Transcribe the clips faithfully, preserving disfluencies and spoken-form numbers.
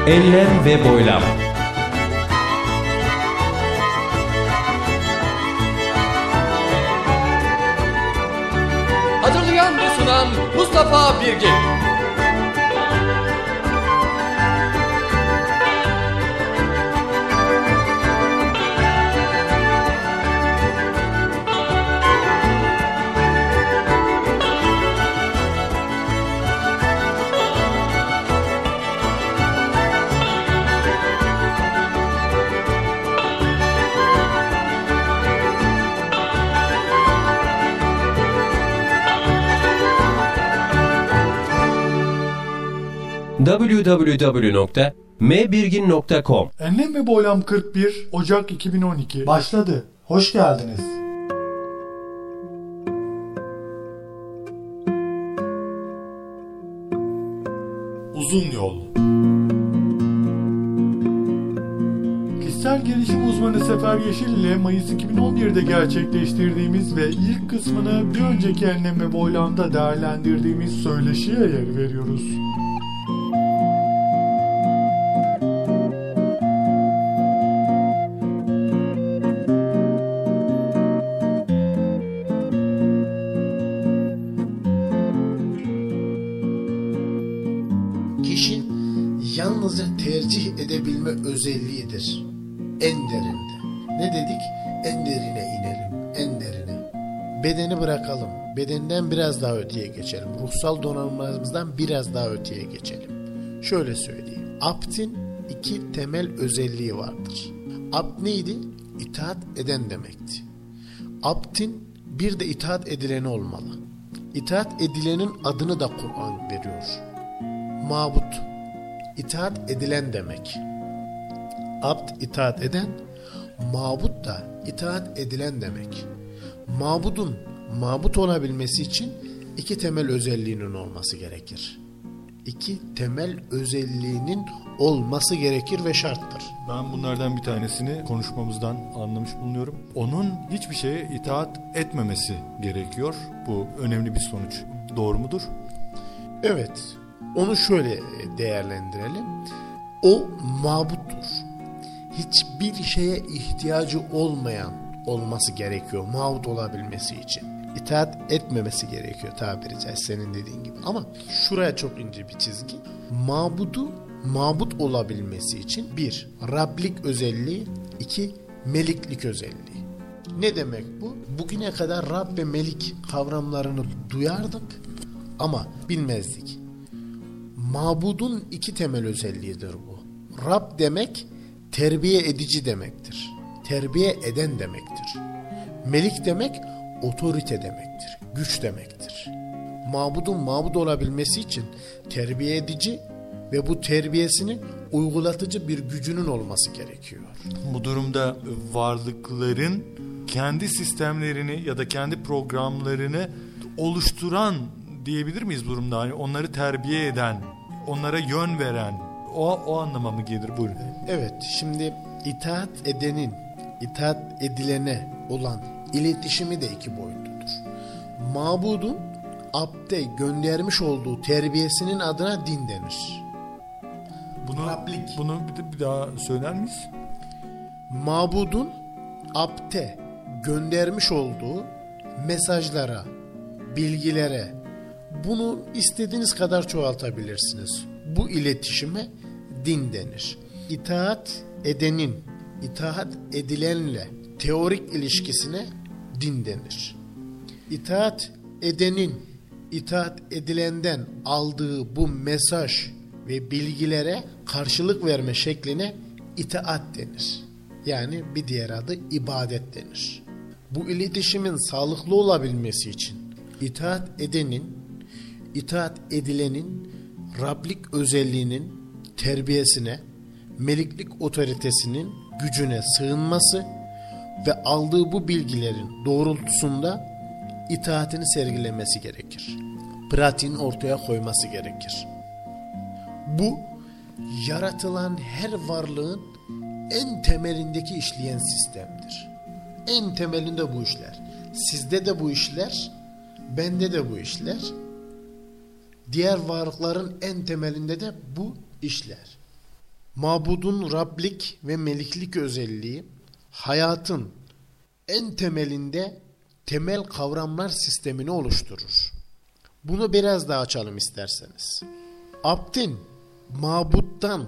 Enlem ve boylam. Hazırlayan ve sunan Mustafa Birgin. double-u double-u double-u nokta m birgin nokta com Enlem ve Boylam kırk bir Ocak iki bin on iki başladı. Hoş geldiniz. Uzun yol. Kişisel gelişim uzmanı Sefer Yeşil ile Mayıs iki bin on birde gerçekleştirdiğimiz ve ilk kısmını bir önceki Enlem ve Boylam'da değerlendirdiğimiz söyleşiye yer veriyoruz. Tercih edebilme özelliğidir. En derinde. Ne dedik? En derine inelim. En derine. Bedeni bırakalım. Bedenden biraz daha öteye geçelim. Ruhsal donanımlarımızdan biraz daha öteye geçelim. Şöyle söyleyeyim. Abdin iki temel özelliği vardır. Abd neydi? İtaat eden demekti. Abdin bir de itaat edileni olmalı. İtaat edilenin adını da Kur'an veriyor. Mabut. İtaat edilen demek. Abd itaat eden, mabut da itaat edilen demek. Mabudun mabut olabilmesi için iki temel özelliğinin olması gerekir. İki temel özelliğinin olması gerekir ve şarttır. Ben bunlardan bir tanesini konuşmamızdan anlamış bulunuyorum. Onun hiçbir şeye itaat etmemesi gerekiyor. Bu önemli bir sonuç. Doğru mudur? Evet. Onu şöyle değerlendirelim. O mabuttur. Hiçbir şeye ihtiyacı olmayan olması gerekiyor mabut olabilmesi için. İtaat etmemesi gerekiyor tabiri caizse senin dediğin gibi. Ama şuraya çok ince bir çizgi. Mabudu mabut olabilmesi için bir, Rablik özelliği, iki, meliklik özelliği. Ne demek bu? Bugüne kadar Rab ve Melik kavramlarını duyardık ama bilmezdik. Mabudun iki temel özelliğidir bu. Rab demek terbiye edici demektir. Terbiye eden demektir. Melik demek otorite demektir. Güç demektir. Mabudun mabud olabilmesi için terbiye edici ve bu terbiyesini uygulatıcı bir gücünün olması gerekiyor. Bu durumda varlıkların kendi sistemlerini ya da kendi programlarını oluşturan diyebilir miyiz durumda? Hani onları terbiye eden, onlara yön veren, o, o anlama mı gelir? Buyurun. Evet, şimdi itaat edenin, itaat edilene olan iletişimi de iki boyutludur. Mabudun abde göndermiş olduğu terbiyesinin adına din denir. Bunu, Rablik. Bunu bir, bir daha söyler miyiz? Mabudun abde göndermiş olduğu mesajlara, bilgilere, bunu istediğiniz kadar çoğaltabilirsiniz. Bu iletişime din denir. İtaat edenin, itaat edilenle teorik ilişkisine din denir. İtaat edenin, itaat edilenden aldığı bu mesaj ve bilgilere karşılık verme şekline itaat denir. Yani bir diğer adı ibadet denir. Bu iletişimin sağlıklı olabilmesi için itaat edenin, itaat edilenin Rablik özelliğinin terbiyesine, meliklik otoritesinin gücüne sığınması ve aldığı bu bilgilerin doğrultusunda itaatini sergilemesi gerekir. Pratiğini ortaya koyması gerekir. Bu, yaratılan her varlığın en temelindeki işleyen sistemdir. En temelinde bu işler. Sizde de bu işler, bende de bu işler. Diğer varlıkların en temelinde de bu işler. Mabudun Rablik ve meliklik özelliği hayatın en temelinde temel kavramlar sistemini oluşturur. Bunu biraz daha açalım isterseniz. Abdin mabuttan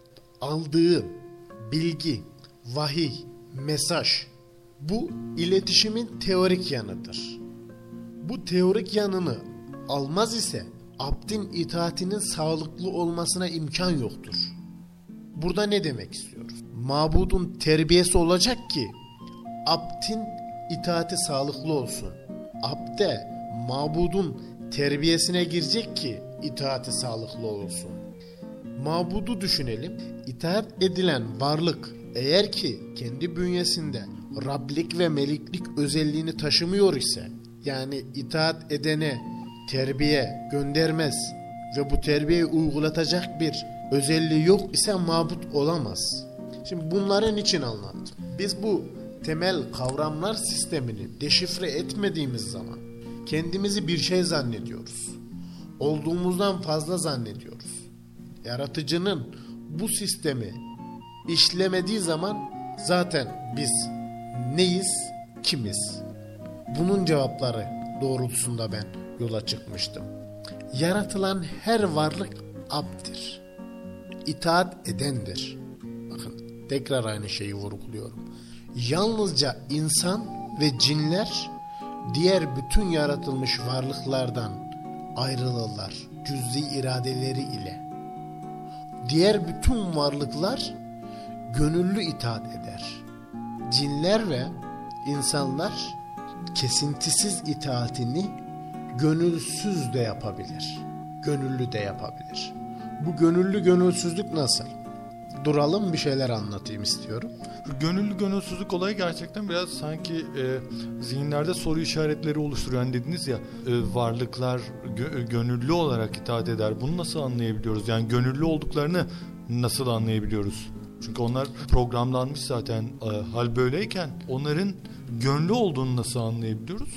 aldığı bilgi, vahiy, mesaj, bu iletişimin teorik yanıdır. Bu teorik yanını almaz ise abdin itaatinin sağlıklı olmasına imkan yoktur. Burada ne demek istiyoruz? Mabudun terbiyesi olacak ki abdin itaati sağlıklı olsun. Abde mabudun terbiyesine girecek ki itaati sağlıklı olsun. Mabudu düşünelim. İtaat edilen varlık eğer ki kendi bünyesinde Rablik ve meliklik özelliğini taşımıyor ise, yani itaat edene terbiye göndermez ve bu terbiyeyi uygulatacak bir özelliği yok ise mabut olamaz. Şimdi bunların için anlattım. Biz bu temel kavramlar sistemini deşifre etmediğimiz zaman kendimizi bir şey zannediyoruz. Olduğumuzdan fazla zannediyoruz. Yaratıcının bu sistemi işlemediği zaman zaten biz neyiz, kimiz? Bunun cevapları doğrultusunda ben yola çıkmıştım. Yaratılan her varlık abdir. İtaat edendir. Bakın tekrar aynı şeyi vurguluyorum. Yalnızca insan ve cinler diğer bütün yaratılmış varlıklardan ayrılırlar cüz'i iradeleri ile. Diğer bütün varlıklar gönüllü itaat eder. Cinler ve insanlar kesintisiz itaatini gönülsüz de yapabilir. Gönüllü de yapabilir. Bu gönüllü gönülsüzlük nasıl? Duralım, bir şeyler anlatayım istiyorum. Gönüllü gönülsüzlük olayı gerçekten biraz sanki e, zihinlerde soru işaretleri oluşturuyor. Yani dediniz ya e, varlıklar gö- gönüllü olarak itaat eder. Bunu nasıl anlayabiliyoruz? Yani gönüllü olduklarını nasıl anlayabiliyoruz? Çünkü onlar programlanmış zaten. E, hal böyleyken onların gönüllü olduğunu nasıl anlayabiliyoruz?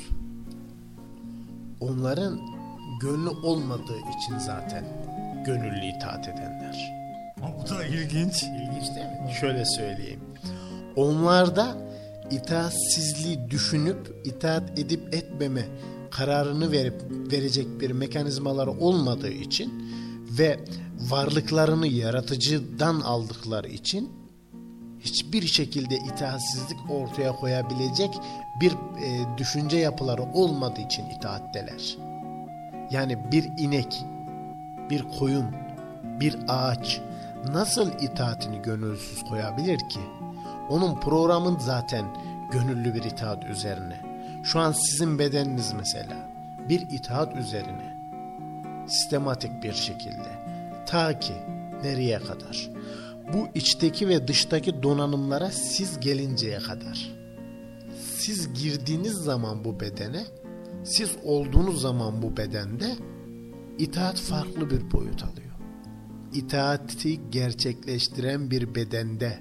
Onların gönlü olmadığı için zaten gönüllü itaat edenler. Bu da ilginç. İlginç değil mi? Şöyle söyleyeyim. Onlarda itaatsizliği düşünüp itaat edip etmeme kararını verip verecek bir mekanizmaları olmadığı için ve varlıklarını yaratıcıdan aldıkları için hiçbir şekilde itaatsizlik ortaya koyabilecek bir e, düşünce yapıları olmadığı için itaatteler. Yani bir inek, bir koyun, bir ağaç nasıl itaatini gönülsüz koyabilir ki? Onun programı zaten gönüllü bir itaat üzerine. Şu an sizin bedeniniz mesela bir itaat üzerine, sistematik bir şekilde. Ta ki nereye kadar? Bu içteki ve dıştaki donanımlara siz gelinceye kadar. Siz girdiğiniz zaman bu bedene, siz olduğunuz zaman bu bedende itaat farklı bir boyut alıyor. İtaati gerçekleştiren bir bedende,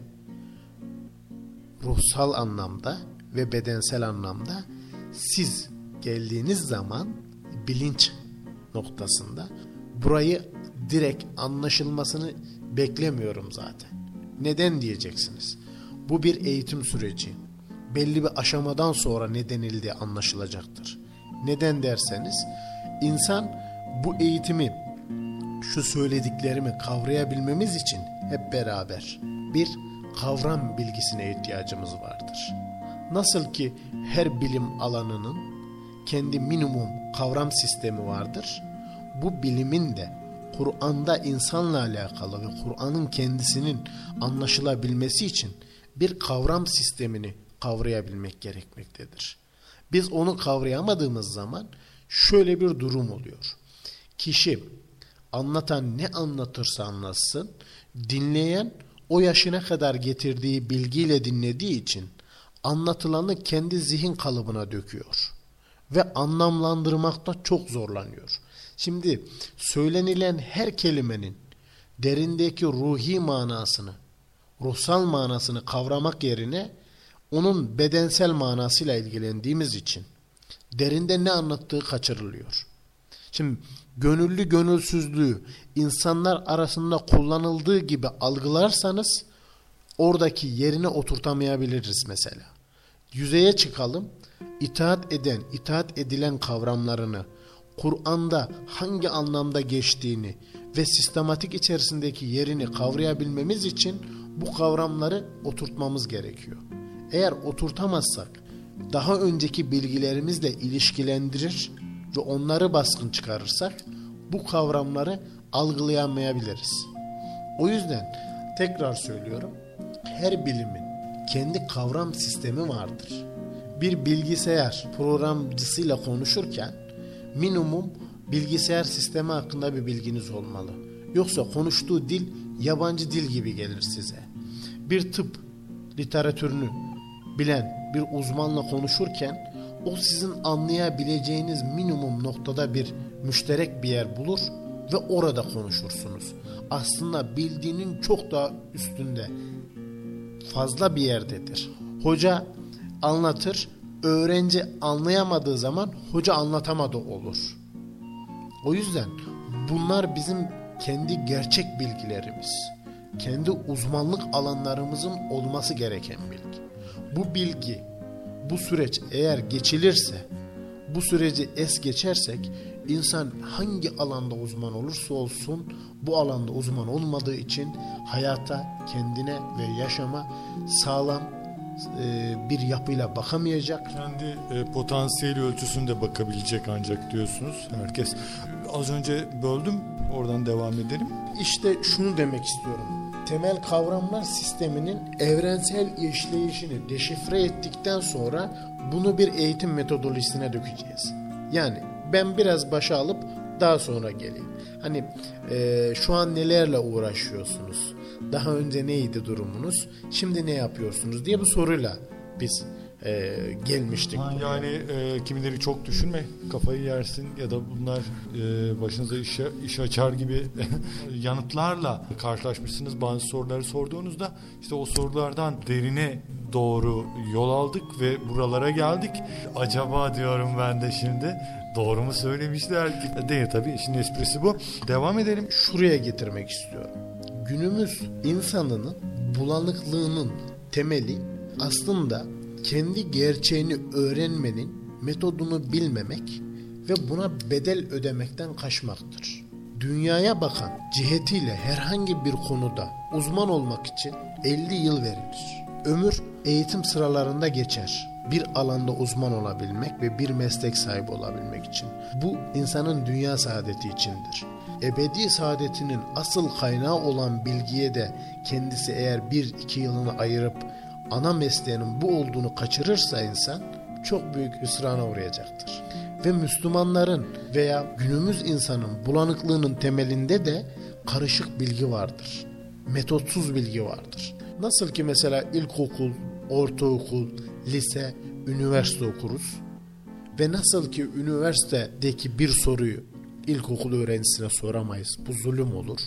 ruhsal anlamda ve bedensel anlamda siz geldiğiniz zaman bilinç noktasında burayı direkt anlaşılmasını beklemiyorum zaten. Neden diyeceksiniz? Bu bir eğitim süreci. Belli bir aşamadan sonra ne denildiği anlaşılacaktır. Neden derseniz, insan bu eğitimi, şu söylediklerimi kavrayabilmemiz için hep beraber bir kavram bilgisine ihtiyacımız vardır. Nasıl ki her bilim alanının kendi minimum kavram sistemi vardır, bu bilimin de Kur'an'da insanla alakalı ve Kur'an'ın kendisinin anlaşılabilmesi için bir kavram sistemini kavrayabilmek gerekmektedir. Biz onu kavrayamadığımız zaman şöyle bir durum oluyor. Kişi anlatan ne anlatırsa anlatsın, dinleyen o yaşına kadar getirdiği bilgiyle dinlediği için anlatılanı kendi zihin kalıbına döküyor ve anlamlandırmakta çok zorlanıyor. Şimdi söylenilen her kelimenin derindeki ruhi manasını, ruhsal manasını kavramak yerine onun bedensel manasıyla ilgilendiğimiz için derinde ne anlattığı kaçırılıyor. Şimdi gönüllü gönülsüzlüğü insanlar arasında kullanıldığı gibi algılarsanız oradaki yerine oturtamayabiliriz mesela. Yüzeye çıkalım. İtaat eden, itaat edilen kavramlarını, Kur'an'da hangi anlamda geçtiğini ve sistematik içerisindeki yerini kavrayabilmemiz için bu kavramları oturtmamız gerekiyor. Eğer oturtamazsak daha önceki bilgilerimizle ilişkilendirir ve onları baskın çıkarırsak bu kavramları algılayamayabiliriz. O yüzden tekrar söylüyorum, her bilimin kendi kavram sistemi vardır. Bir bilgisayar programcısıyla konuşurken minimum bilgisayar sistemi hakkında bir bilginiz olmalı. Yoksa konuştuğu dil yabancı dil gibi gelir size. Bir tıp literatürünü bilen bir uzmanla konuşurken o sizin anlayabileceğiniz minimum noktada bir müşterek bir yer bulur ve orada konuşursunuz. Aslında bildiğinin çok daha üstünde, fazla bir yerdedir. Hoca anlatır, öğrenci anlayamadığı zaman hoca anlatamadı olur. O yüzden bunlar bizim kendi gerçek bilgilerimiz, kendi uzmanlık alanlarımızın olması gereken bilgi. Bu bilgi, bu süreç eğer geçilirse, bu süreci es geçersek, insan hangi alanda uzman olursa olsun bu alanda uzman olmadığı için hayata, kendine ve yaşama sağlam e, bir yapıyla bakamayacak. Kendi e, potansiyeli ölçüsünde bakabilecek ancak diyorsunuz. Herkes. Az önce böldüm, oradan devam edelim. İşte şunu demek istiyorum. Temel kavramlar sisteminin evrensel işleyişini deşifre ettikten sonra bunu bir eğitim metodolojisine dökeceğiz. Yani ben biraz başa alıp daha sonra geleyim. Hani e, şu an nelerle uğraşıyorsunuz? Daha önce neydi durumunuz? Şimdi ne yapıyorsunuz diye bu soruyla biz e, gelmiştik. Ha, yani e, kimileri çok düşünme, kafayı yersin ya da bunlar e, başınıza iş, iş açar gibi yanıtlarla karşılaşmışsınız. Bazı soruları sorduğunuzda işte o sorulardan derine doğru yol aldık ve buralara geldik. Acaba diyorum ben de şimdi doğru mu söylemişler? Değil tabii, işin esprisi bu. Devam edelim. Şuraya getirmek istiyorum. Günümüz insanının bulanıklığının temeli aslında kendi gerçeğini öğrenmenin metodunu bilmemek ve buna bedel ödemekten kaçmaktır. Dünyaya bakan cihetiyle herhangi bir konuda uzman olmak için elli yıl verilir. Ömür eğitim sıralarında geçer. Bir alanda uzman olabilmek ve bir meslek sahibi olabilmek için. Bu insanın dünya saadeti içindir. Ebedi saadetinin asıl kaynağı olan bilgiye de kendisi eğer bir iki yılını ayırıp ana mesleğinin bu olduğunu kaçırırsa insan çok büyük hüsrana uğrayacaktır. Ve Müslümanların veya günümüz insanın bulanıklığının temelinde de karışık bilgi vardır. Metotsuz bilgi vardır. Nasıl ki mesela ilkokul, ortaokul, lise, üniversite okuruz ve nasıl ki üniversitedeki bir soruyu ilkokul öğrencisine soramayız. Bu zulüm olur.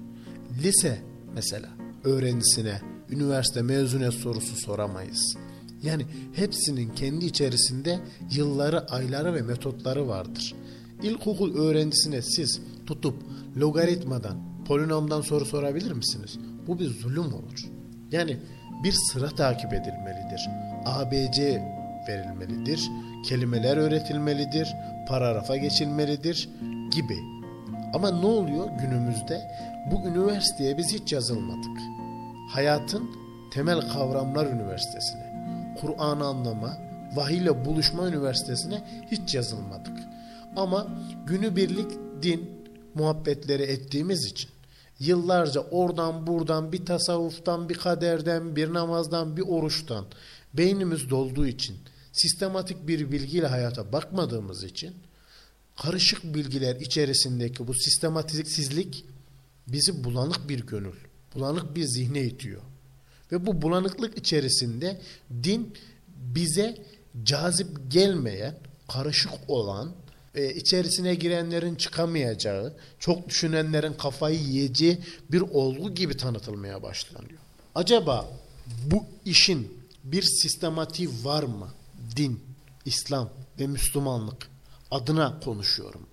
Lise mesela öğrencisine üniversite mezuniyet sorusu soramayız. Yani hepsinin kendi içerisinde yılları, ayları ve metotları vardır. İlkokul öğrencisine siz tutup logaritmadan, polinomdan soru sorabilir misiniz? Bu bir zulüm olur. Yani bir sıra takip edilmelidir. A B C verilmelidir. Kelimeler öğretilmelidir. Paragrafa geçilmelidir gibi. Ama ne oluyor günümüzde? Bu üniversiteye biz hiç yazılmadık. Hayatın temel kavramlar üniversitesine, Kur'an'ı anlama, vahiyle buluşma üniversitesine hiç yazılmadık. Ama günübirlik din muhabbetleri ettiğimiz için yıllarca oradan buradan bir tasavvuftan, bir kaderden, bir namazdan, bir oruçtan beynimiz dolduğu için, sistematik bir bilgiyle hayata bakmadığımız için karışık bilgiler içerisindeki bu sistematiksizlik bizi bulanık bir gönül, bulanık bir zihne itiyor. Ve bu bulanıklık içerisinde din bize cazip gelmeyen, karışık olan, e, içerisine girenlerin çıkamayacağı, çok düşünenlerin kafayı yiyeceği bir olgu gibi tanıtılmaya başlanıyor. Acaba bu işin bir sistematiği var mı? Din, İslam ve Müslümanlık adına konuşuyorum.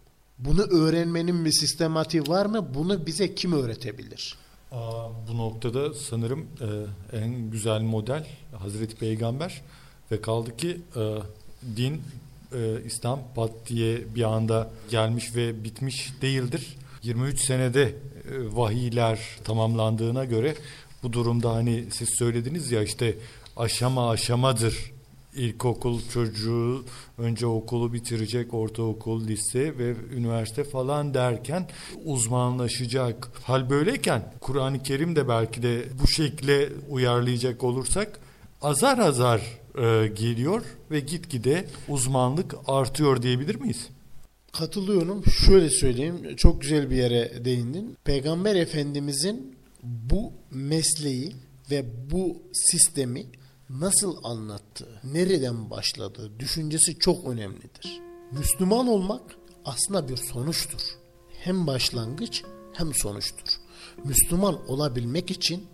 Bunu öğrenmenin bir sistematiği var mı? Bunu bize kim öğretebilir? Aa, bu noktada sanırım e, en güzel model Hazreti Peygamber ve kaldı ki e, din e, İslam pat diye bir anda gelmiş ve bitmiş değildir. yirmi üç senede e, vahiyler tamamlandığına göre bu durumda hani siz söylediniz ya işte aşama aşamadır. İlkokul çocuğu önce okulu bitirecek, ortaokul, lise ve üniversite falan derken uzmanlaşacak. Hal böyleyken Kur'an-ı Kerim de belki de bu şekle uyarlayacak olursak azar azar e, geliyor ve gitgide uzmanlık artıyor diyebilir miyiz? Katılıyorum. Şöyle söyleyeyim. Çok güzel bir yere değindin. Peygamber Efendimizin bu mesleği ve bu sistemi nasıl anlattığı, nereden başladığı düşüncesi çok önemlidir. Müslüman olmak aslında bir sonuçtur. Hem başlangıç hem sonuçtur. Müslüman olabilmek için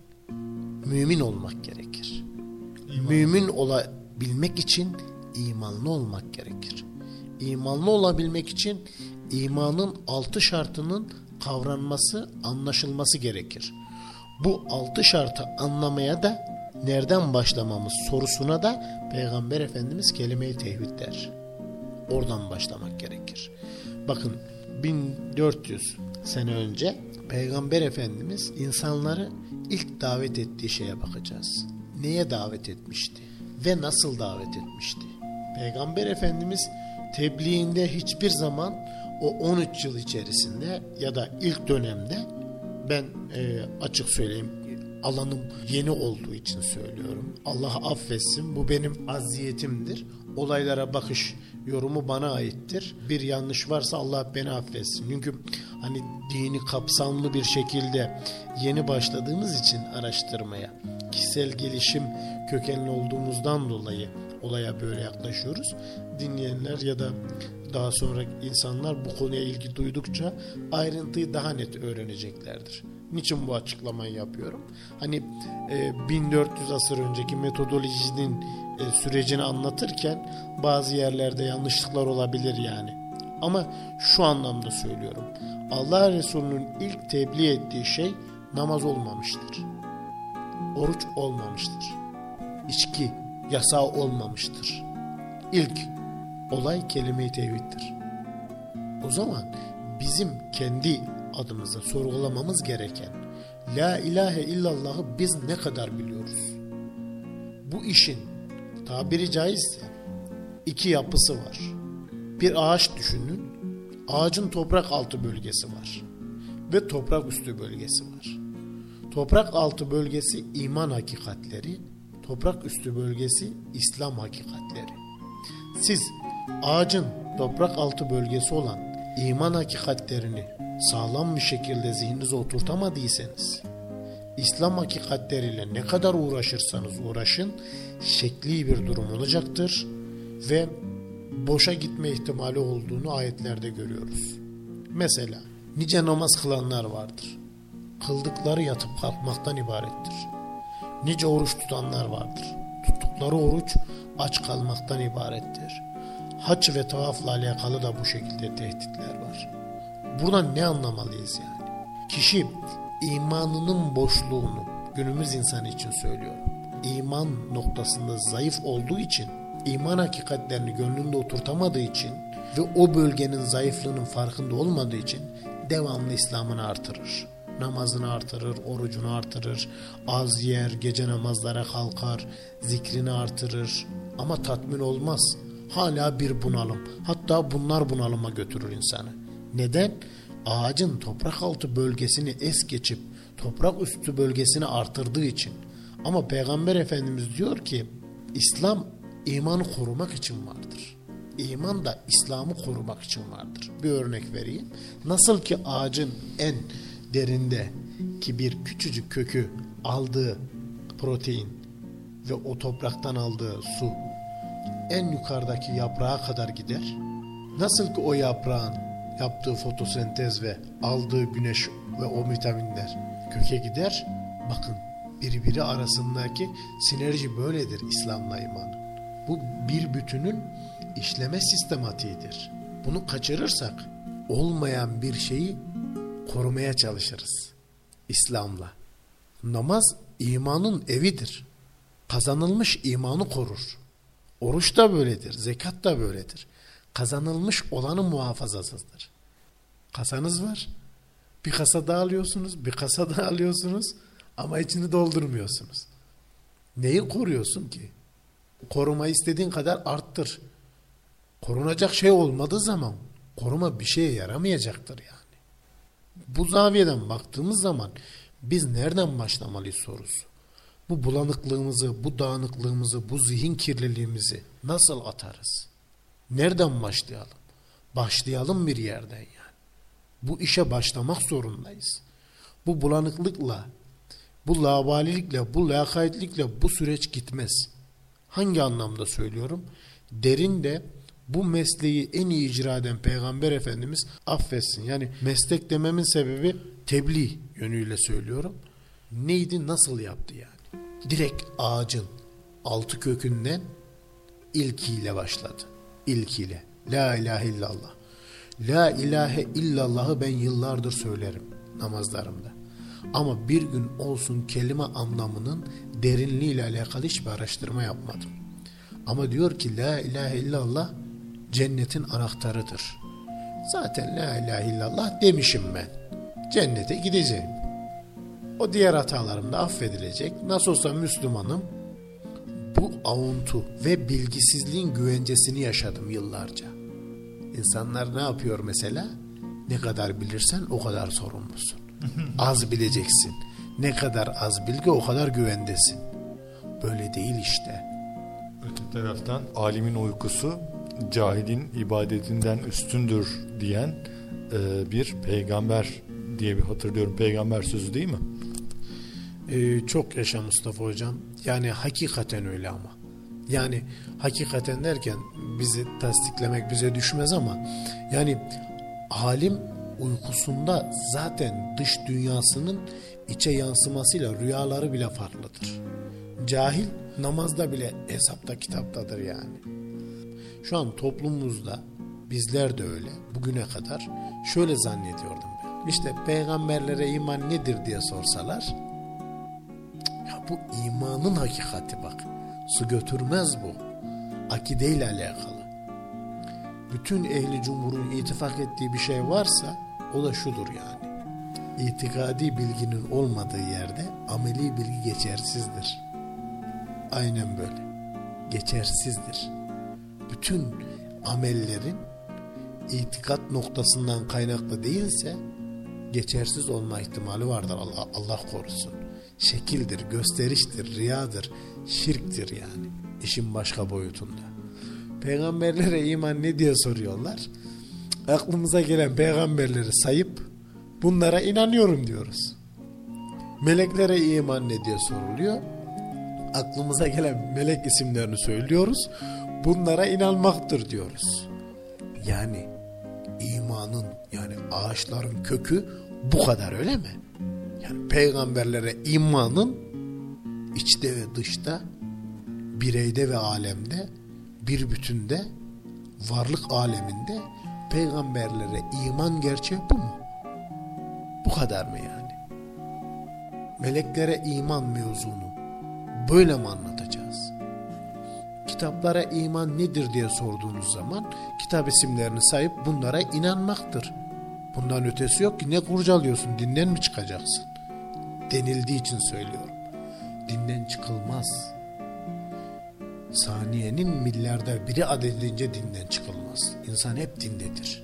mümin olmak gerekir. İman. Mümin olabilmek için imanlı olmak gerekir. İmanlı olabilmek için imanın altı şartının kavranması, anlaşılması gerekir. Bu altı şartı anlamaya da nereden başlamamız sorusuna da Peygamber Efendimiz kelime-i tevhid der. Oradan başlamak gerekir. Bakın bin dört yüz sene önce Peygamber Efendimiz insanları ilk davet ettiği şeye bakacağız. Neye davet etmişti ve nasıl davet etmişti? Peygamber Efendimiz tebliğinde hiçbir zaman o on üç yıl içerisinde ya da ilk dönemde ben e, açık söyleyeyim alanım yeni olduğu için söylüyorum. Allah affetsin, bu benim aziyetimdir. Olaylara bakış yorumu bana aittir. Bir yanlış varsa Allah beni affetsin. Çünkü hani dini kapsamlı bir şekilde yeni başladığımız için araştırmaya, kişisel gelişim kökenli olduğumuzdan dolayı olaya böyle yaklaşıyoruz. Dinleyenler ya da daha sonra insanlar bu konuya ilgi duydukça ayrıntıyı daha net öğreneceklerdir. Niçin bu açıklamayı yapıyorum? Hani e, bin dört yüz asır önceki metodolojinin e, sürecini anlatırken bazı yerlerde yanlışlıklar olabilir yani. Ama şu anlamda söylüyorum. Allah Resulü'nün ilk tebliğ ettiği şey namaz olmamıştır. Oruç olmamıştır. İçki yasağı olmamıştır. İlk olay kelime-i tevhiddir. O zaman bizim kendi adımıza sorgulamamız gereken La ilahe illallah'ı biz ne kadar biliyoruz? Bu işin tabiri caizse iki yapısı var. Bir ağaç düşünün. Ağacın toprak altı bölgesi var. Ve toprak üstü bölgesi var. Toprak altı bölgesi iman hakikatleri, toprak üstü bölgesi İslam hakikatleri. Siz ağacın toprak altı bölgesi olan iman hakikatlerini sağlam bir şekilde zihninize oturtamadıysanız, İslam hakikatleriyle ne kadar uğraşırsanız uğraşın, şekli bir durum olacaktır ve boşa gitme ihtimali olduğunu ayetlerde görüyoruz. Mesela nice namaz kılanlar vardır. Kıldıkları yatıp kalkmaktan ibarettir. Nice oruç tutanlar vardır. Tuttukları oruç aç kalmaktan ibarettir. Hac ve tavafla alakalı da bu şekilde tehditler var. Buradan ne anlamalıyız yani? Kişi imanının boşluğunu, günümüz insanı için söylüyorum, İman noktasında zayıf olduğu için, iman hakikatlerini gönlünde oturtamadığı için ve o bölgenin zayıflığının farkında olmadığı için devamlı İslam'ını artırır. Namazını artırır, orucunu artırır, az yer, gece namazlara kalkar, zikrini artırır ama tatmin olmaz. Hala bir bunalım. Hatta bunlar bunalıma götürür insanı. Neden? Ağacın toprak altı bölgesini es geçip toprak üstü bölgesini artırdığı için. Ama Peygamber Efendimiz diyor ki İslam imanı korumak için vardır. İman da İslam'ı korumak için vardır. Bir örnek vereyim. Nasıl ki ağacın en derinde ki bir küçücük kökü aldığı protein ve o topraktan aldığı su en yukarıdaki yaprağa kadar gider. Nasıl ki o yaprağın yaptığı fotosentez ve aldığı güneş ve o vitaminler köke gider. Bakın birbiri arasındaki sinerji böyledir İslam'la imanın. Bu bir bütünün işleme sistematiğidir. Bunu kaçırırsak olmayan bir şeyi korumaya çalışırız İslam'la. Namaz imanın evidir. Kazanılmış imanı korur. Oruç da böyledir, zekat da böyledir. Kazanılmış olanın muhafazasıdır. Kasanız var, bir kasa daha alıyorsunuz, bir kasa daha alıyorsunuz ama içini doldurmuyorsunuz. Neyi koruyorsun ki? Korumayı istediğin kadar arttır. Korunacak şey olmadığı zaman koruma bir şeye yaramayacaktır yani. Bu zaviyeden baktığımız zaman biz nereden başlamalıyız sorusu. Bu bulanıklığımızı, bu dağınıklığımızı, bu zihin kirliliğimizi nasıl atarız? Nereden başlayalım? Başlayalım bir yerden yani. Bu işe başlamak zorundayız. Bu bulanıklıkla, bu laubalilikle, bu lakaytlıkla bu süreç gitmez. Hangi anlamda söylüyorum? Derin de bu mesleği en iyi icra eden Peygamber Efendimiz affetsin. Yani meslek dememin sebebi tebliğ yönüyle söylüyorum. Neydi, nasıl yaptı yani? Direkt ağacın altı kökünden ilkiyle başladı. İlkiyle. La ilahe illallah. La ilahe illallah'ı ben yıllardır söylerim namazlarımda. Ama bir gün olsun kelime anlamının derinliğiyle alakalı hiçbir araştırma yapmadım. Ama diyor ki la ilahe illallah cennetin anahtarıdır. Zaten la ilahe illallah demişim ben. Cennete gideceğim. O diğer hatalarım da affedilecek. Nasıl olsa Müslümanım. Bu avuntu ve bilgisizliğin güvencesini yaşadım yıllarca. İnsanlar ne yapıyor mesela? Ne kadar bilirsen o kadar sorumlusun. Az bileceksin. Ne kadar az bilgi o kadar güvendesin. Böyle değil işte. Öte taraftan alimin uykusu cahilin ibadetinden üstündür diyen e, bir peygamber diye bir hatırlıyorum. Peygamber sözü değil mi? Ee, çok yaşa Mustafa Hocam. Yani hakikaten öyle ama. Yani hakikaten derken bizi tasdiklemek bize düşmez ama yani alim uykusunda zaten dış dünyasının içe yansımasıyla rüyaları bile farklıdır. Cahil namazda bile hesapta kitaptadır yani. Şu an toplumumuzda bizler de öyle bugüne kadar şöyle zannediyordum ben. İşte peygamberlere iman nedir diye sorsalar ya bu imanın hakikati bak. Su götürmez bu. Akideyle alakalı. Bütün ehli cumhurun ittifak ettiği bir şey varsa o da şudur yani. İtikadi bilginin olmadığı yerde ameli bilgi geçersizdir. Aynen böyle. Geçersizdir. Bütün amellerin itikat noktasından kaynaklı değilse geçersiz olma ihtimali vardır. Allah, Allah korusun. Şekildir, gösteriştir, riyadır, şirktir yani. İşin başka boyutunda. Peygamberlere iman ne diye soruyorlar. Aklımıza gelen peygamberleri sayıp bunlara inanıyorum diyoruz. Meleklere iman ne diye soruluyor. Aklımıza gelen melek isimlerini söylüyoruz. Bunlara inanmaktır diyoruz. Yani imanın yani ağaçların kökü bu kadar öyle mi? Yani peygamberlere imanın içte ve dışta, bireyde ve alemde, bir bütünde, varlık aleminde peygamberlere iman gerçeği bu mu? Bu kadar mı yani? Meleklere iman mevzunu böyle mi anlatacağız? Kitaplara iman nedir diye sorduğunuz zaman kitap isimlerini sayıp bunlara inanmaktır. Bundan ötesi yok ki, ne kurcalıyorsun, dinden mi çıkacaksın? Denildiği için söylüyorum. Dinden çıkılmaz. Saniyenin milyarda biri adedilince dinden çıkılmaz. İnsan hep dindedir.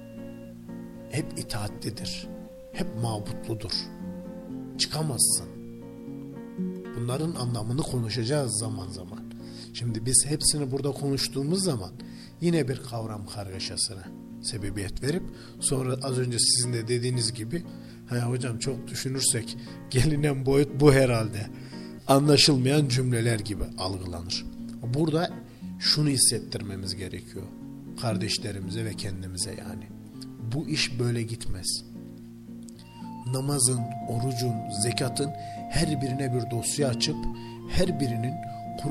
Hep itaatlidir. Hep mabutludur. Çıkamazsın. Bunların anlamını konuşacağız zaman zaman. Şimdi biz hepsini burada konuştuğumuz zaman yine bir kavram kargaşasına sebebiyet verip sonra az önce sizin de dediğiniz gibi he hocam çok düşünürsek gelinen boyut bu herhalde, anlaşılmayan cümleler gibi algılanır. Burada şunu hissettirmemiz gerekiyor kardeşlerimize ve kendimize yani. Bu iş böyle gitmez. Namazın, orucun, zekatın her birine bir dosya açıp her birinin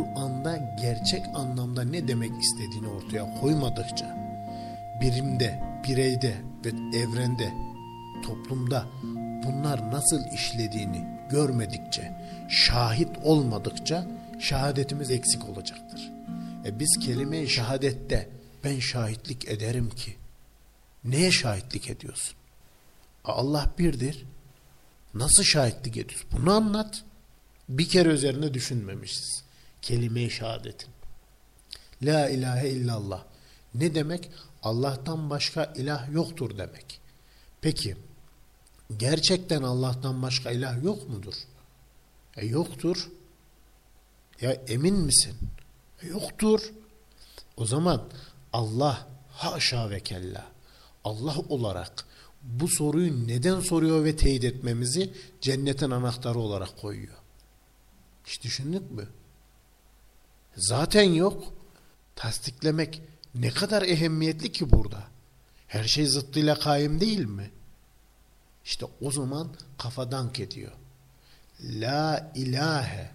Kur'an'da gerçek anlamda ne demek istediğini ortaya koymadıkça, birimde bireyde ve evrende, toplumda bunlar nasıl işlediğini görmedikçe, şahit olmadıkça şehadetimiz eksik olacaktır. E biz kelime-i şehadette ben şahitlik ederim ki. Neye şahitlik ediyorsun? Allah birdir. Nasıl şahitlik ediyorsun? Bunu anlat. Bir kere üzerine düşünmemişiz. Kelime-i şehadetin. La ilahe illallah. Ne demek? Allah'tan başka ilah yoktur demek. Peki, gerçekten Allah'tan başka ilah yok mudur? E yoktur. Ya emin misin? E yoktur. O zaman Allah haşa ve kella, Allah olarak bu soruyu neden soruyor ve teyit etmemizi cennetin anahtarı olarak koyuyor. Hiç düşündük mü? Zaten yok. Tasdiklemek ne kadar ehemmiyetli ki burada. Her şey zıttıyla kaim değil mi? İşte o zaman kafa dank ediyor. La ilahe.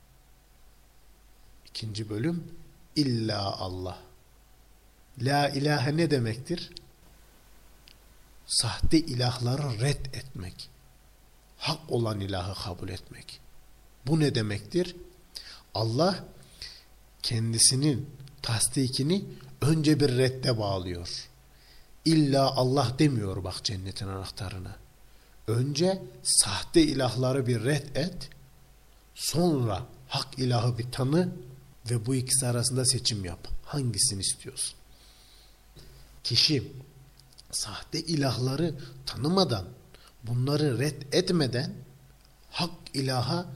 İkinci bölüm. İlla Allah. La ilahe ne demektir? Sahte ilahları red etmek. Hak olan ilahı kabul etmek. Bu ne demektir? Allah kendisinin tasdikini önce bir redde bağlıyor. İlla Allah demiyor bak cennetin anahtarına. Önce sahte ilahları bir red et, sonra hak ilahı bir tanı ve bu ikisi arasında seçim yap. Hangisini istiyorsun? Kişi sahte ilahları tanımadan, bunları red etmeden hak ilaha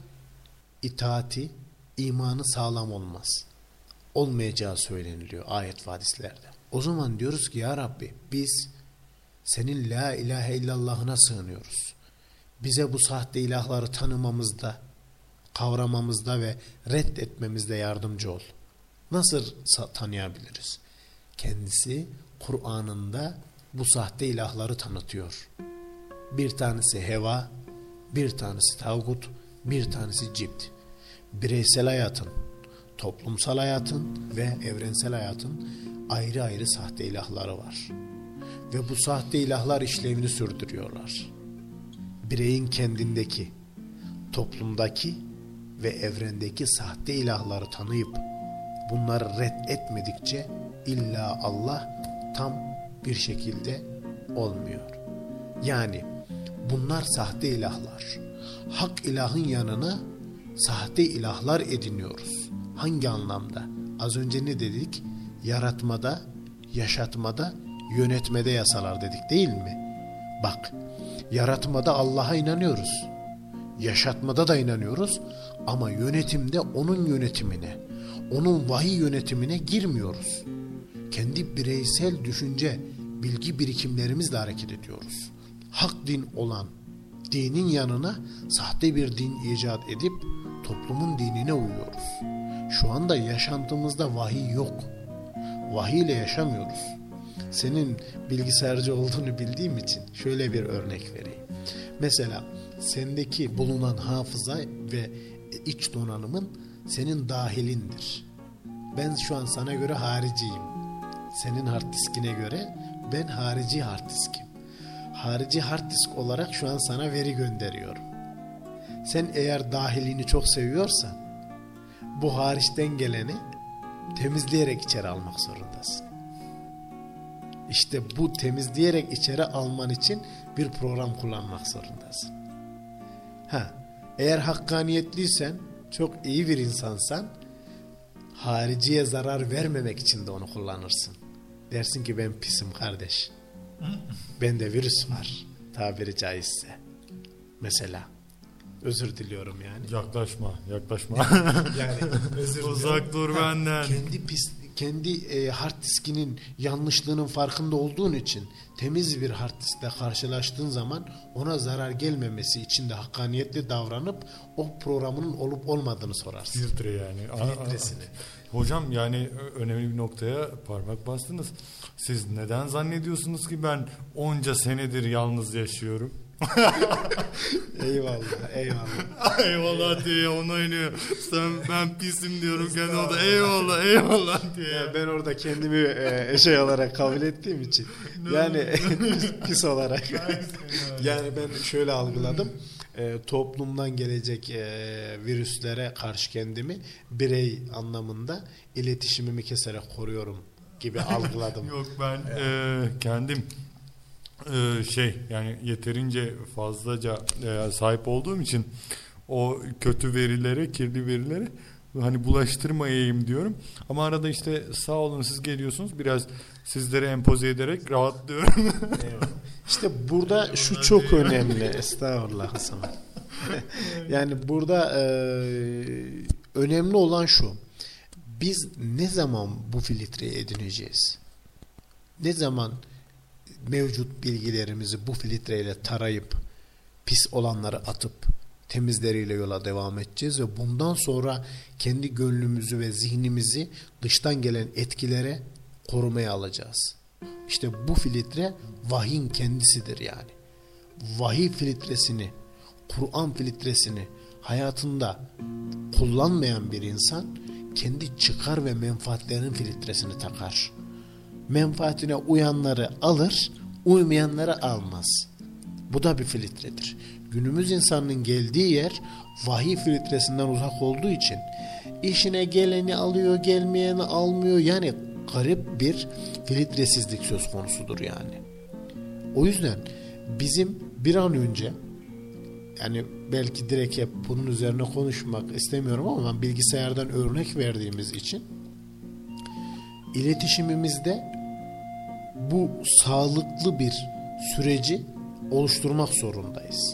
itaati, imanı sağlam olmaz. Olmayacağı söyleniliyor ayet ve hadislerde. O zaman diyoruz ki ya Rabbi biz senin la ilahe illallahına sığınıyoruz. Bize bu sahte ilahları tanımamızda, kavramamızda ve reddetmemizde yardımcı ol. Nasıl tanıyabiliriz? Kendisi Kur'an'ında bu sahte ilahları tanıtıyor. Bir tanesi heva, bir tanesi tağut, bir tanesi cibt. Bireysel hayatın, toplumsal hayatın ve evrensel hayatın ayrı ayrı sahte ilahları var. Ve bu sahte ilahlar işlevini sürdürüyorlar. Bireyin kendindeki, toplumdaki ve evrendeki sahte ilahları tanıyıp bunları red etmedikçe illa Allah tam bir şekilde olmuyor. Yani bunlar sahte ilahlar. Hak ilahın yanına sahte ilahlar ediniyoruz. Hangi anlamda? Az önce ne dedik? Yaratmada, yaşatmada, yönetmede yasalar dedik değil mi? Bak, yaratmada Allah'a inanıyoruz. Yaşatmada da inanıyoruz ama yönetimde onun yönetimine, onun vahiy yönetimine girmiyoruz. Kendi bireysel düşünce, bilgi birikimlerimizle hareket ediyoruz. Hak din olan dinin yanına sahte bir din icat edip toplumun dinine uyuyoruz. Şu anda yaşantımızda vahiy yok. Vahiy ile yaşamıyoruz. Senin bilgisayarcı olduğunu bildiğim için şöyle bir örnek vereyim. Mesela sendeki bulunan hafıza ve iç donanımın senin dahilindir. Ben şu an sana göre hariciyim. Senin hard diskine göre ben harici hard diskim. Harici hard disk olarak şu an sana veri gönderiyorum. Sen eğer dahilini çok seviyorsan bu hariçten geleni temizleyerek içeri almak zorundasın. İşte bu temizleyerek içeri alman için bir program kullanmak zorundasın. Ha, eğer hakkaniyetliysen, çok iyi bir insansan hariciye zarar vermemek için de onu kullanırsın. Dersin ki ben pisim kardeş. Bende virüs var tabiri caizse. Mesela. Özür diliyorum yani. Yaklaşma, yaklaşma. Yani özür Uzak dur benden. Kendi pis, kendi e, hard diskinin yanlışlığının farkında olduğun için temiz bir hard diskle karşılaştığın zaman ona zarar gelmemesi için de hakkaniyetli davranıp o programının olup olmadığını sorarsın. Filtre yani. Filtresini. Hocam yani önemli bir noktaya parmak bastınız. Siz neden zannediyorsunuz ki ben onca senedir yalnız yaşıyorum? Eyvallah, eyvallah. Eyvallah diye onaylıyor. Sen ben pisim diyorum kendi o da eyvallah eyvallah diye. Ya ben orada kendimi e, şey olarak kabul ettiğim için. Yani pis, pis olarak. Yani ben şöyle algıladım. E, toplumdan gelecek e, virüslere karşı kendimi birey anlamında iletişimimi keserek koruyorum gibi algıladım. Yok ben e, kendim e, şey yani yeterince fazlaca e, sahip olduğum için o kötü verilere, kirli verilere hani bulaştırmayayım diyorum. Ama arada işte sağ olun siz geliyorsunuz biraz sizlere empoze ederek rahatlıyorum. İşte burada şu çok önemli. Estağfurullah Hasan. Yani burada e, önemli olan şu. Biz ne zaman bu filtreyi edineceğiz? Ne zaman mevcut bilgilerimizi bu filtreyle tarayıp pis olanları atıp temizleriyle yola devam edeceğiz ve bundan sonra kendi gönlümüzü ve zihnimizi dıştan gelen etkilere korumaya alacağız. İşte bu filtre vahyin kendisidir yani. Vahiy filtresini, Kur'an filtresini hayatında kullanmayan bir insan kendi çıkar ve menfaatlerinin filtresini takar. Menfaatine uyanları alır, uymayanları almaz. Bu da bir filtredir. Günümüz insanının geldiği yer vahiy filtresinden uzak olduğu için işine geleni alıyor, gelmeyeni almıyor. Yani garip bir filtresizlik söz konusudur yani. O yüzden bizim bir an önce, yani belki direkt hep bunun üzerine konuşmak istemiyorum ama ben bilgisayardan örnek verdiğimiz için iletişimimizde bu sağlıklı bir süreci oluşturmak zorundayız.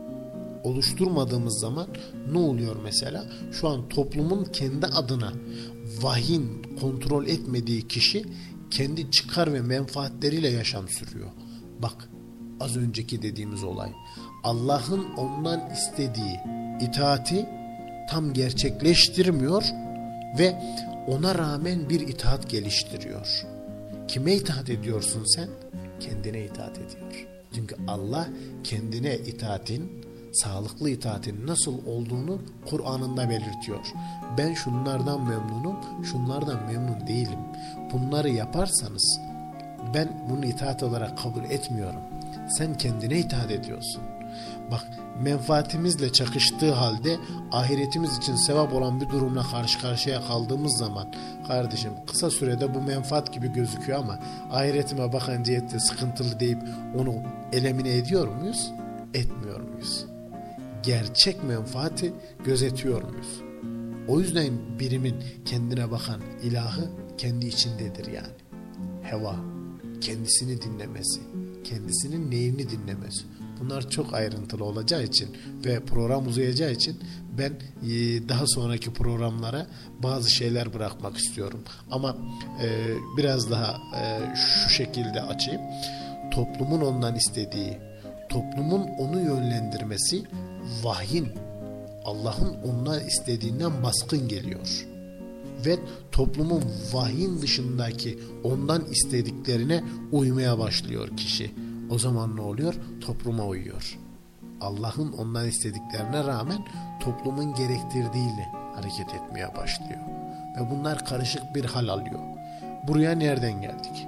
Oluşturmadığımız zaman ne oluyor mesela? Şu an toplumun kendi adına vahyin kontrol etmediği kişi kendi çıkar ve menfaatleriyle yaşam sürüyor. Bak az önceki dediğimiz olay. Allah'ın ondan istediği itaati tam gerçekleştirmiyor ve ona rağmen bir itaat geliştiriyor. Kime itaat ediyorsun sen? Kendine itaat ediyor. Çünkü Allah kendine itaatin, sağlıklı itaatin nasıl olduğunu Kur'an'ında belirtiyor. Ben şunlardan memnunum, şunlardan memnun değilim. Bunları yaparsanız ben bunu itaat olarak kabul etmiyorum. Sen kendine itaat ediyorsun. Bak menfaatimizle çakıştığı halde ahiretimiz için sevap olan bir durumla karşı karşıya kaldığımız zaman kardeşim kısa sürede bu menfaat gibi gözüküyor ama ahiretime bakınca etti sıkıntılı deyip onu elemine ediyor muyuz? Etmiyor muyuz? Gerçek menfaati gözetiyor muyuz? O yüzden birimin kendine bakan ilahı kendi içindedir yani. Heva, kendisini dinlemesi, kendisinin neyini dinlemesi. Bunlar çok ayrıntılı olacağı için ve program uzayacağı için ben daha sonraki programlara bazı şeyler bırakmak istiyorum. Ama e, biraz daha e, şu şekilde açayım. Toplumun ondan istediği, toplumun onu yönlendirmesi vahyin, Allah'ın ondan istediğinden baskın geliyor. Ve toplumun vahyin dışındaki ondan istediklerine uymaya başlıyor kişi. O zaman ne oluyor? Topluma uyuyor. Allah'ın ondan istediklerine rağmen toplumun gerektirdiğiyle hareket etmeye başlıyor. Ve bunlar karışık bir hal alıyor. Buraya nereden geldik?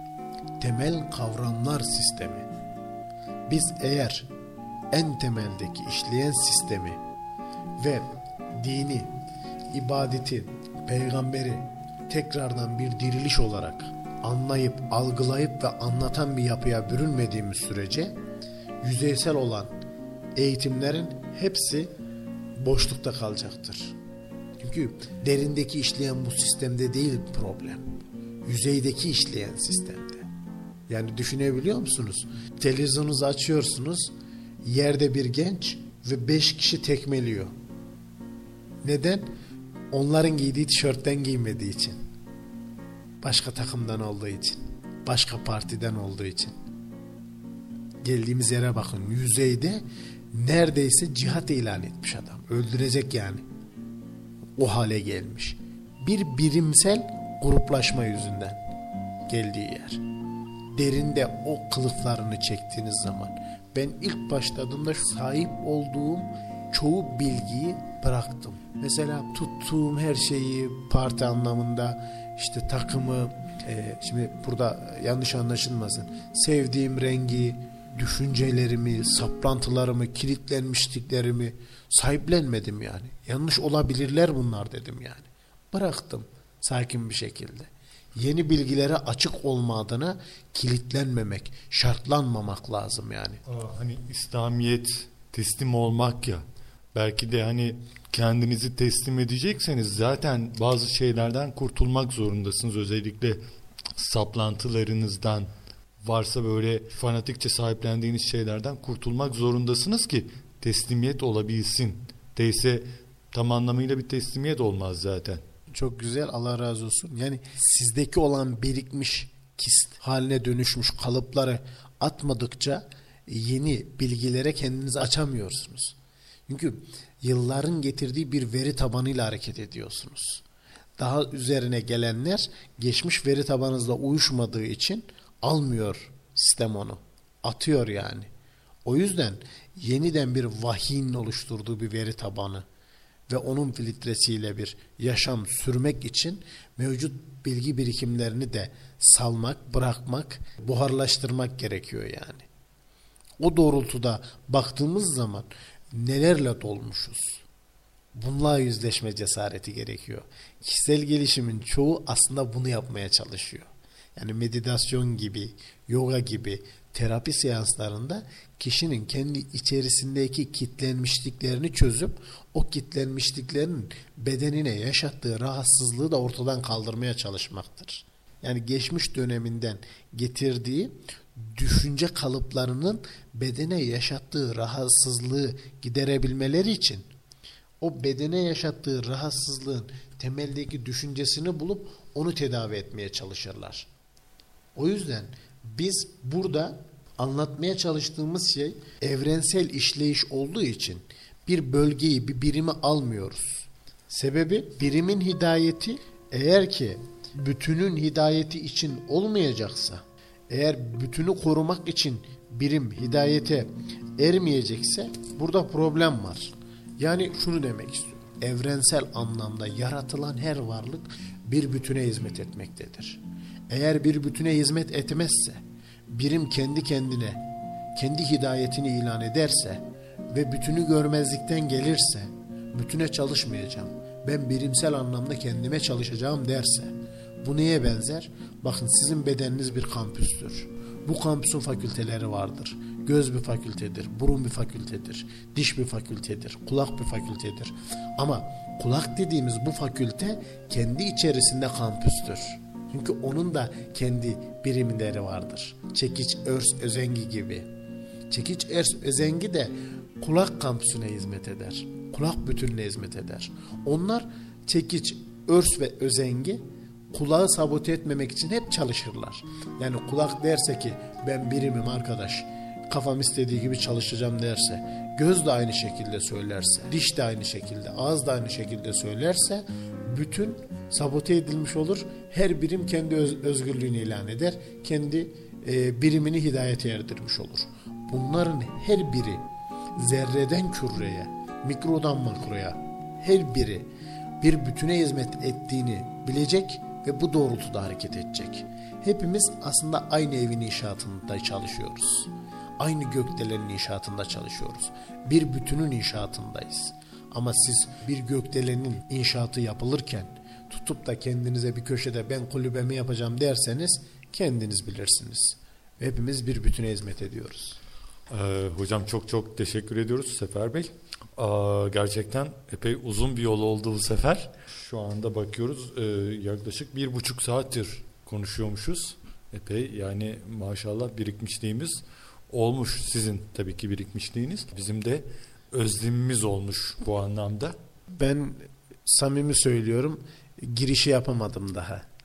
Temel kavramlar sistemi. Biz eğer en temeldeki işleyen sistemi ve dini, ibadeti, peygamberi tekrardan bir diriliş olarak anlayıp, algılayıp ve anlatan bir yapıya bürünmediğimiz sürece yüzeysel olan eğitimlerin hepsi boşlukta kalacaktır. Çünkü derindeki işleyen bu sistemde değil problem. Yüzeydeki işleyen sistemde. Yani düşünebiliyor musunuz? Televizyonunuzu açıyorsunuz, yerde bir genç ve beş kişi tekmeliyor. Neden? Onların giydiği tişörtten giymediği için. Başka takımdan olduğu için. Başka partiden olduğu için. Geldiğimiz yere bakın. Yüzeyde neredeyse cihat ilan etmiş adam. Öldürecek yani. O hale gelmiş. Bir birimsel gruplaşma yüzünden geldiği yer. derinde o kılıflarını çektiğiniz zaman, ben ilk başladığımda sahip olduğum çoğu bilgiyi bıraktım. Mesela tuttuğum her şeyi parti anlamında, işte takımı, e, şimdi burada yanlış anlaşılmasın, sevdiğim rengi, düşüncelerimi, saplantılarımı, kilitlenmişliklerimi sahiplenmedim yani. Yanlış olabilirler bunlar dedim yani. Bıraktım sakin bir şekilde. Yeni bilgilere açık olma adına kilitlenmemek, şartlanmamak lazım yani. Aa, hani İslamiyet teslim olmak ya. Belki de hani kendinizi teslim edecekseniz zaten bazı şeylerden kurtulmak zorundasınız. Özellikle saplantılarınızdan, varsa böyle fanatikçe sahiplendiğiniz şeylerden kurtulmak zorundasınız ki teslimiyet olabilsin. Değilse tam anlamıyla bir teslimiyet olmaz zaten. Çok güzel, Allah razı olsun. Yani sizdeki olan birikmiş kist haline dönüşmüş kalıpları atmadıkça yeni bilgilere kendinizi açamıyorsunuz. Çünkü yılların getirdiği bir veri tabanıyla hareket ediyorsunuz. Daha üzerine gelenler geçmiş veri tabanınızla uyuşmadığı için almıyor sistem onu. Atıyor yani. O yüzden yeniden bir vahyin oluşturduğu bir veri tabanı ve onun filtresiyle bir yaşam sürmek için mevcut bilgi birikimlerini de salmak, bırakmak, buharlaştırmak gerekiyor yani. O doğrultuda baktığımız zaman nelerle dolmuşuz? Bununla yüzleşme cesareti gerekiyor. Kişisel gelişimin çoğu aslında bunu yapmaya çalışıyor. Yani meditasyon gibi, yoga gibi terapi seanslarında kişinin kendi içerisindeki kitlenmişliklerini çözüp o kitlenmişliklerin bedenine yaşattığı rahatsızlığı da ortadan kaldırmaya çalışmaktır. Yani geçmiş döneminden getirdiği düşünce kalıplarının bedene yaşattığı rahatsızlığı giderebilmeleri için o bedene yaşattığı rahatsızlığın temeldeki düşüncesini bulup onu tedavi etmeye çalışırlar. O yüzden biz burada anlatmaya çalıştığımız şey evrensel işleyiş olduğu için bir bölgeyi, bir birimi almıyoruz. Sebebi birimin hidayeti eğer ki bütünün hidayeti için olmayacaksa, eğer bütünü korumak için birim hidayete ermeyecekse burada problem var. Yani şunu demek istiyorum. Evrensel anlamda yaratılan her varlık bir bütüne hizmet etmektedir. Eğer bir bütüne hizmet etmezse, birim kendi kendine, kendi hidayetini ilan ederse ve bütünü görmezlikten gelirse, bütüne çalışmayacağım, ben birimsel anlamda kendime çalışacağım derse, bu neye benzer? Bakın sizin bedeniniz bir kampüstür. Bu kampüsün fakülteleri vardır. Göz bir fakültedir, burun bir fakültedir, diş bir fakültedir, kulak bir fakültedir. Ama kulak dediğimiz bu fakülte kendi içerisinde kampüstür. Çünkü onun da kendi birimleri vardır. Çekiç, örs, özengi gibi. Çekiç, örs, özengi de kulak kampüsüne hizmet eder. Kulak bütününe hizmet eder. Onlar çekiç, örs ve özengi kulağı sabote etmemek için hep çalışırlar. Yani kulak derse ki ben birimim arkadaş, kafam istediği gibi çalışacağım derse, göz de aynı şekilde söylerse, diş de aynı şekilde, ağız da aynı şekilde söylerse bütün sabote edilmiş olur. Her birim kendi öz, özgürlüğünü ilan eder. Kendi e, birimini hidayete erdirmiş olur. Bunların her biri zerreden küreye, mikrodan makroya her biri bir bütüne hizmet ettiğini bilecek ve bu doğrultuda hareket edecek. Hepimiz aslında aynı evin inşaatında çalışıyoruz. Aynı gökdelenin inşaatında çalışıyoruz. Bir bütünün inşaatındayız. Ama siz bir gökdelenin inşaatı yapılırken tutup da kendinize bir köşede ben kulübemi yapacağım derseniz kendiniz bilirsiniz. Hepimiz bir bütüne hizmet ediyoruz. Ee, hocam çok çok teşekkür ediyoruz Sefer Bey. Aa, gerçekten epey uzun bir yol oldu bu sefer. Şu anda bakıyoruz e, yaklaşık bir buçuk saattir konuşuyormuşuz. Epey yani maşallah birikmişliğimiz olmuş. Sizin tabii ki birikmişliğiniz. Bizim de özlemimiz olmuş bu anlamda. Ben samimi söylüyorum, girişi yapamadım daha.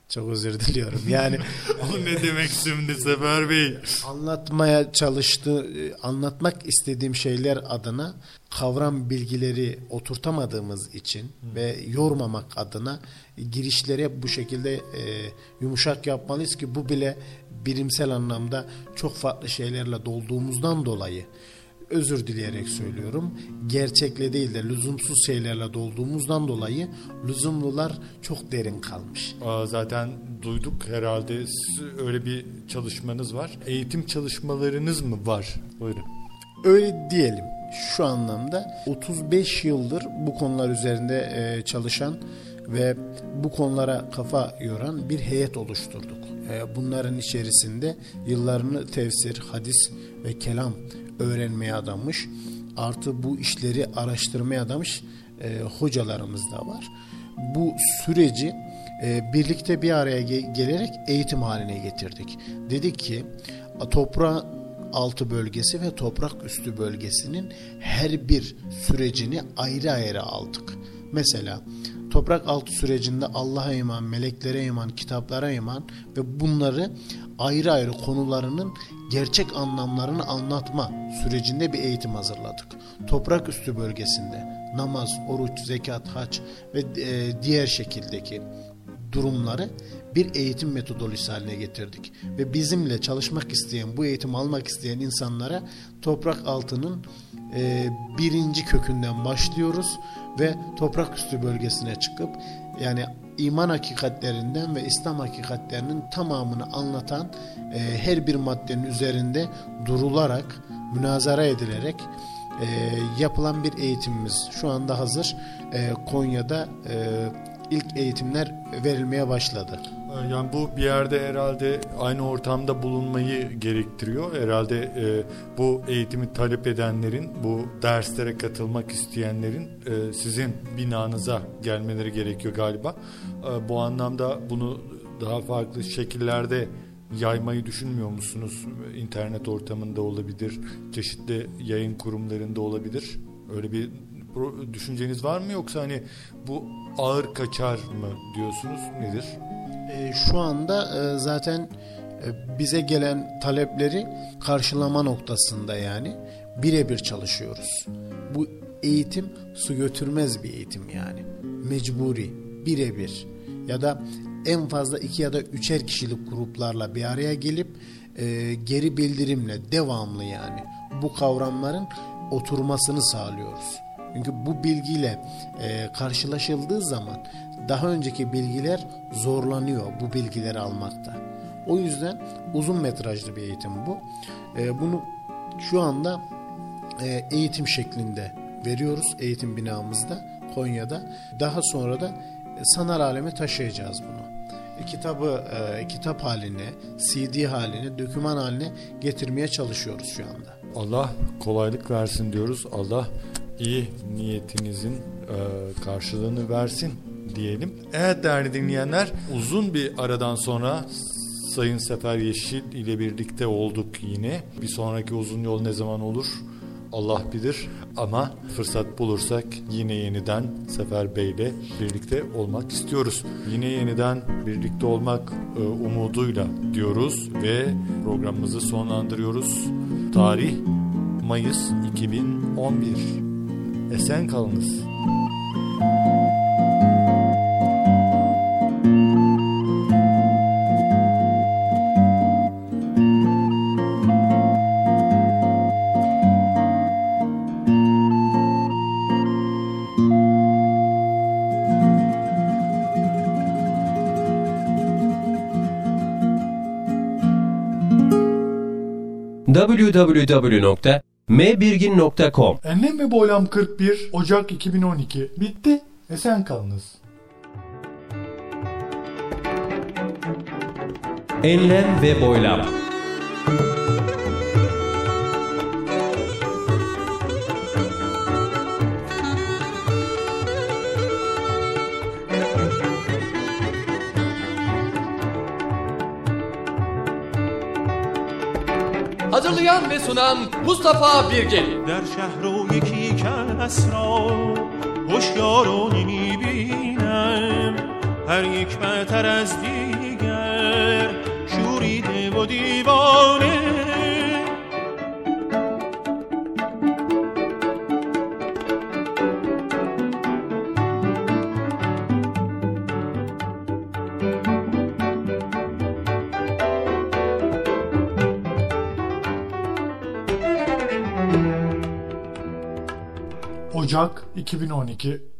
Çok özür diliyorum. Yani o ne demek şimdi Sefer Bey? Anlatmaya çalıştığı, anlatmak istediğim şeyler adına kavram bilgileri oturtamadığımız için hmm. ve yormamak adına girişlere bu şekilde e, yumuşak yapmalıyız ki bu bile bilimsel anlamda çok farklı şeylerle dolduğumuzdan dolayı, özür dileyerek söylüyorum, gerçekle değil de lüzumsuz şeylerle dolduğumuzdan dolayı lüzumlular çok derin kalmış. Aa, zaten duyduk herhalde, öyle bir çalışmanız var. Eğitim çalışmalarınız mı var? Buyurun. Öyle diyelim. Şu anlamda otuz beş yıldır bu konular üzerinde e, çalışan ve bu konulara kafa yoran bir heyet oluşturduk. E, bunların içerisinde yıllarını tefsir, hadis ve kelam öğrenmeye adamış, artı bu işleri araştırmaya adamış e, hocalarımız da var. Bu süreci e, birlikte bir araya ge- gelerek eğitim haline getirdik. Dedik ki toprağı altı bölgesi ve toprak üstü bölgesinin her bir sürecini ayrı ayrı aldık. Mesela toprak altı sürecinde Allah'a iman, meleklere iman, kitaplara iman ve bunları ayrı ayrı konularının gerçek anlamlarını anlatma sürecinde bir eğitim hazırladık. Toprak üstü bölgesinde namaz, oruç, zekat, hac ve e, diğer şekildeki durumları bir eğitim metodolojisi haline getirdik. Ve bizimle çalışmak isteyen, bu eğitimi almak isteyen insanlara toprak altının e, birinci kökünden başlıyoruz ve toprak üstü bölgesine çıkıp yani iman hakikatlerinden ve İslam hakikatlerinin tamamını anlatan e, her bir maddenin üzerinde durularak, münazara edilerek e, yapılan bir eğitimimiz şu anda hazır. E, Konya'da e, ilk eğitimler verilmeye başladı. Yani bu bir yerde herhalde aynı ortamda bulunmayı gerektiriyor. Herhalde e, bu eğitimi talep edenlerin, bu derslere katılmak isteyenlerin e, sizin binanıza gelmeleri gerekiyor galiba. E, bu anlamda bunu daha farklı şekillerde yaymayı düşünmüyor musunuz? İnternet ortamında olabilir, çeşitli yayın kurumlarında olabilir. Öyle bir düşünceniz var mı, yoksa hani bu ağır kaçar mı diyorsunuz, nedir? E, şu anda e, zaten e, bize gelen talepleri karşılama noktasında yani birebir çalışıyoruz. Bu eğitim su götürmez bir eğitim yani. Mecburi, birebir ya da en fazla iki ya da üçer kişilik gruplarla bir araya gelip e, geri bildirimle devamlı yani bu kavramların oturmasını sağlıyoruz. Çünkü bu bilgiyle e, karşılaşıldığı zaman daha önceki bilgiler zorlanıyor bu bilgileri almakta. O yüzden uzun metrajlı bir eğitim bu. E, bunu şu anda e, eğitim şeklinde veriyoruz eğitim binamızda Konya'da. Daha sonra da sanal aleme taşıyacağız bunu. E, kitabı e, kitap haline, C D haline, doküman haline getirmeye çalışıyoruz şu anda. Allah kolaylık versin diyoruz. Allah iyi niyetinizin e, karşılığını versin diyelim. Evet değerli dinleyenler, uzun bir aradan sonra Sayın Sefer Yeşil ile birlikte olduk yine. Bir sonraki uzun yol ne zaman olur Allah bilir, ama fırsat bulursak yine yeniden Sefer Bey ile birlikte olmak istiyoruz. Yine yeniden birlikte olmak e, umuduyla diyoruz ve programımızı sonlandırıyoruz. Tarih Mayıs iki bin on bir. Esen kalınız. double-u double-u double-u nokta m birgin nokta com Enlem ve Boylam kırk bir Ocak iki bin on iki. Bitti. Esen kalınız. Enlem ve Boylam. Hazırlayan ve sunan Mustafa Birgin. در شهر و یکی کس را هوشیار و نمی‌بینم هر یک بهتر از دیگر و دیوانه. Ocak iki bin on iki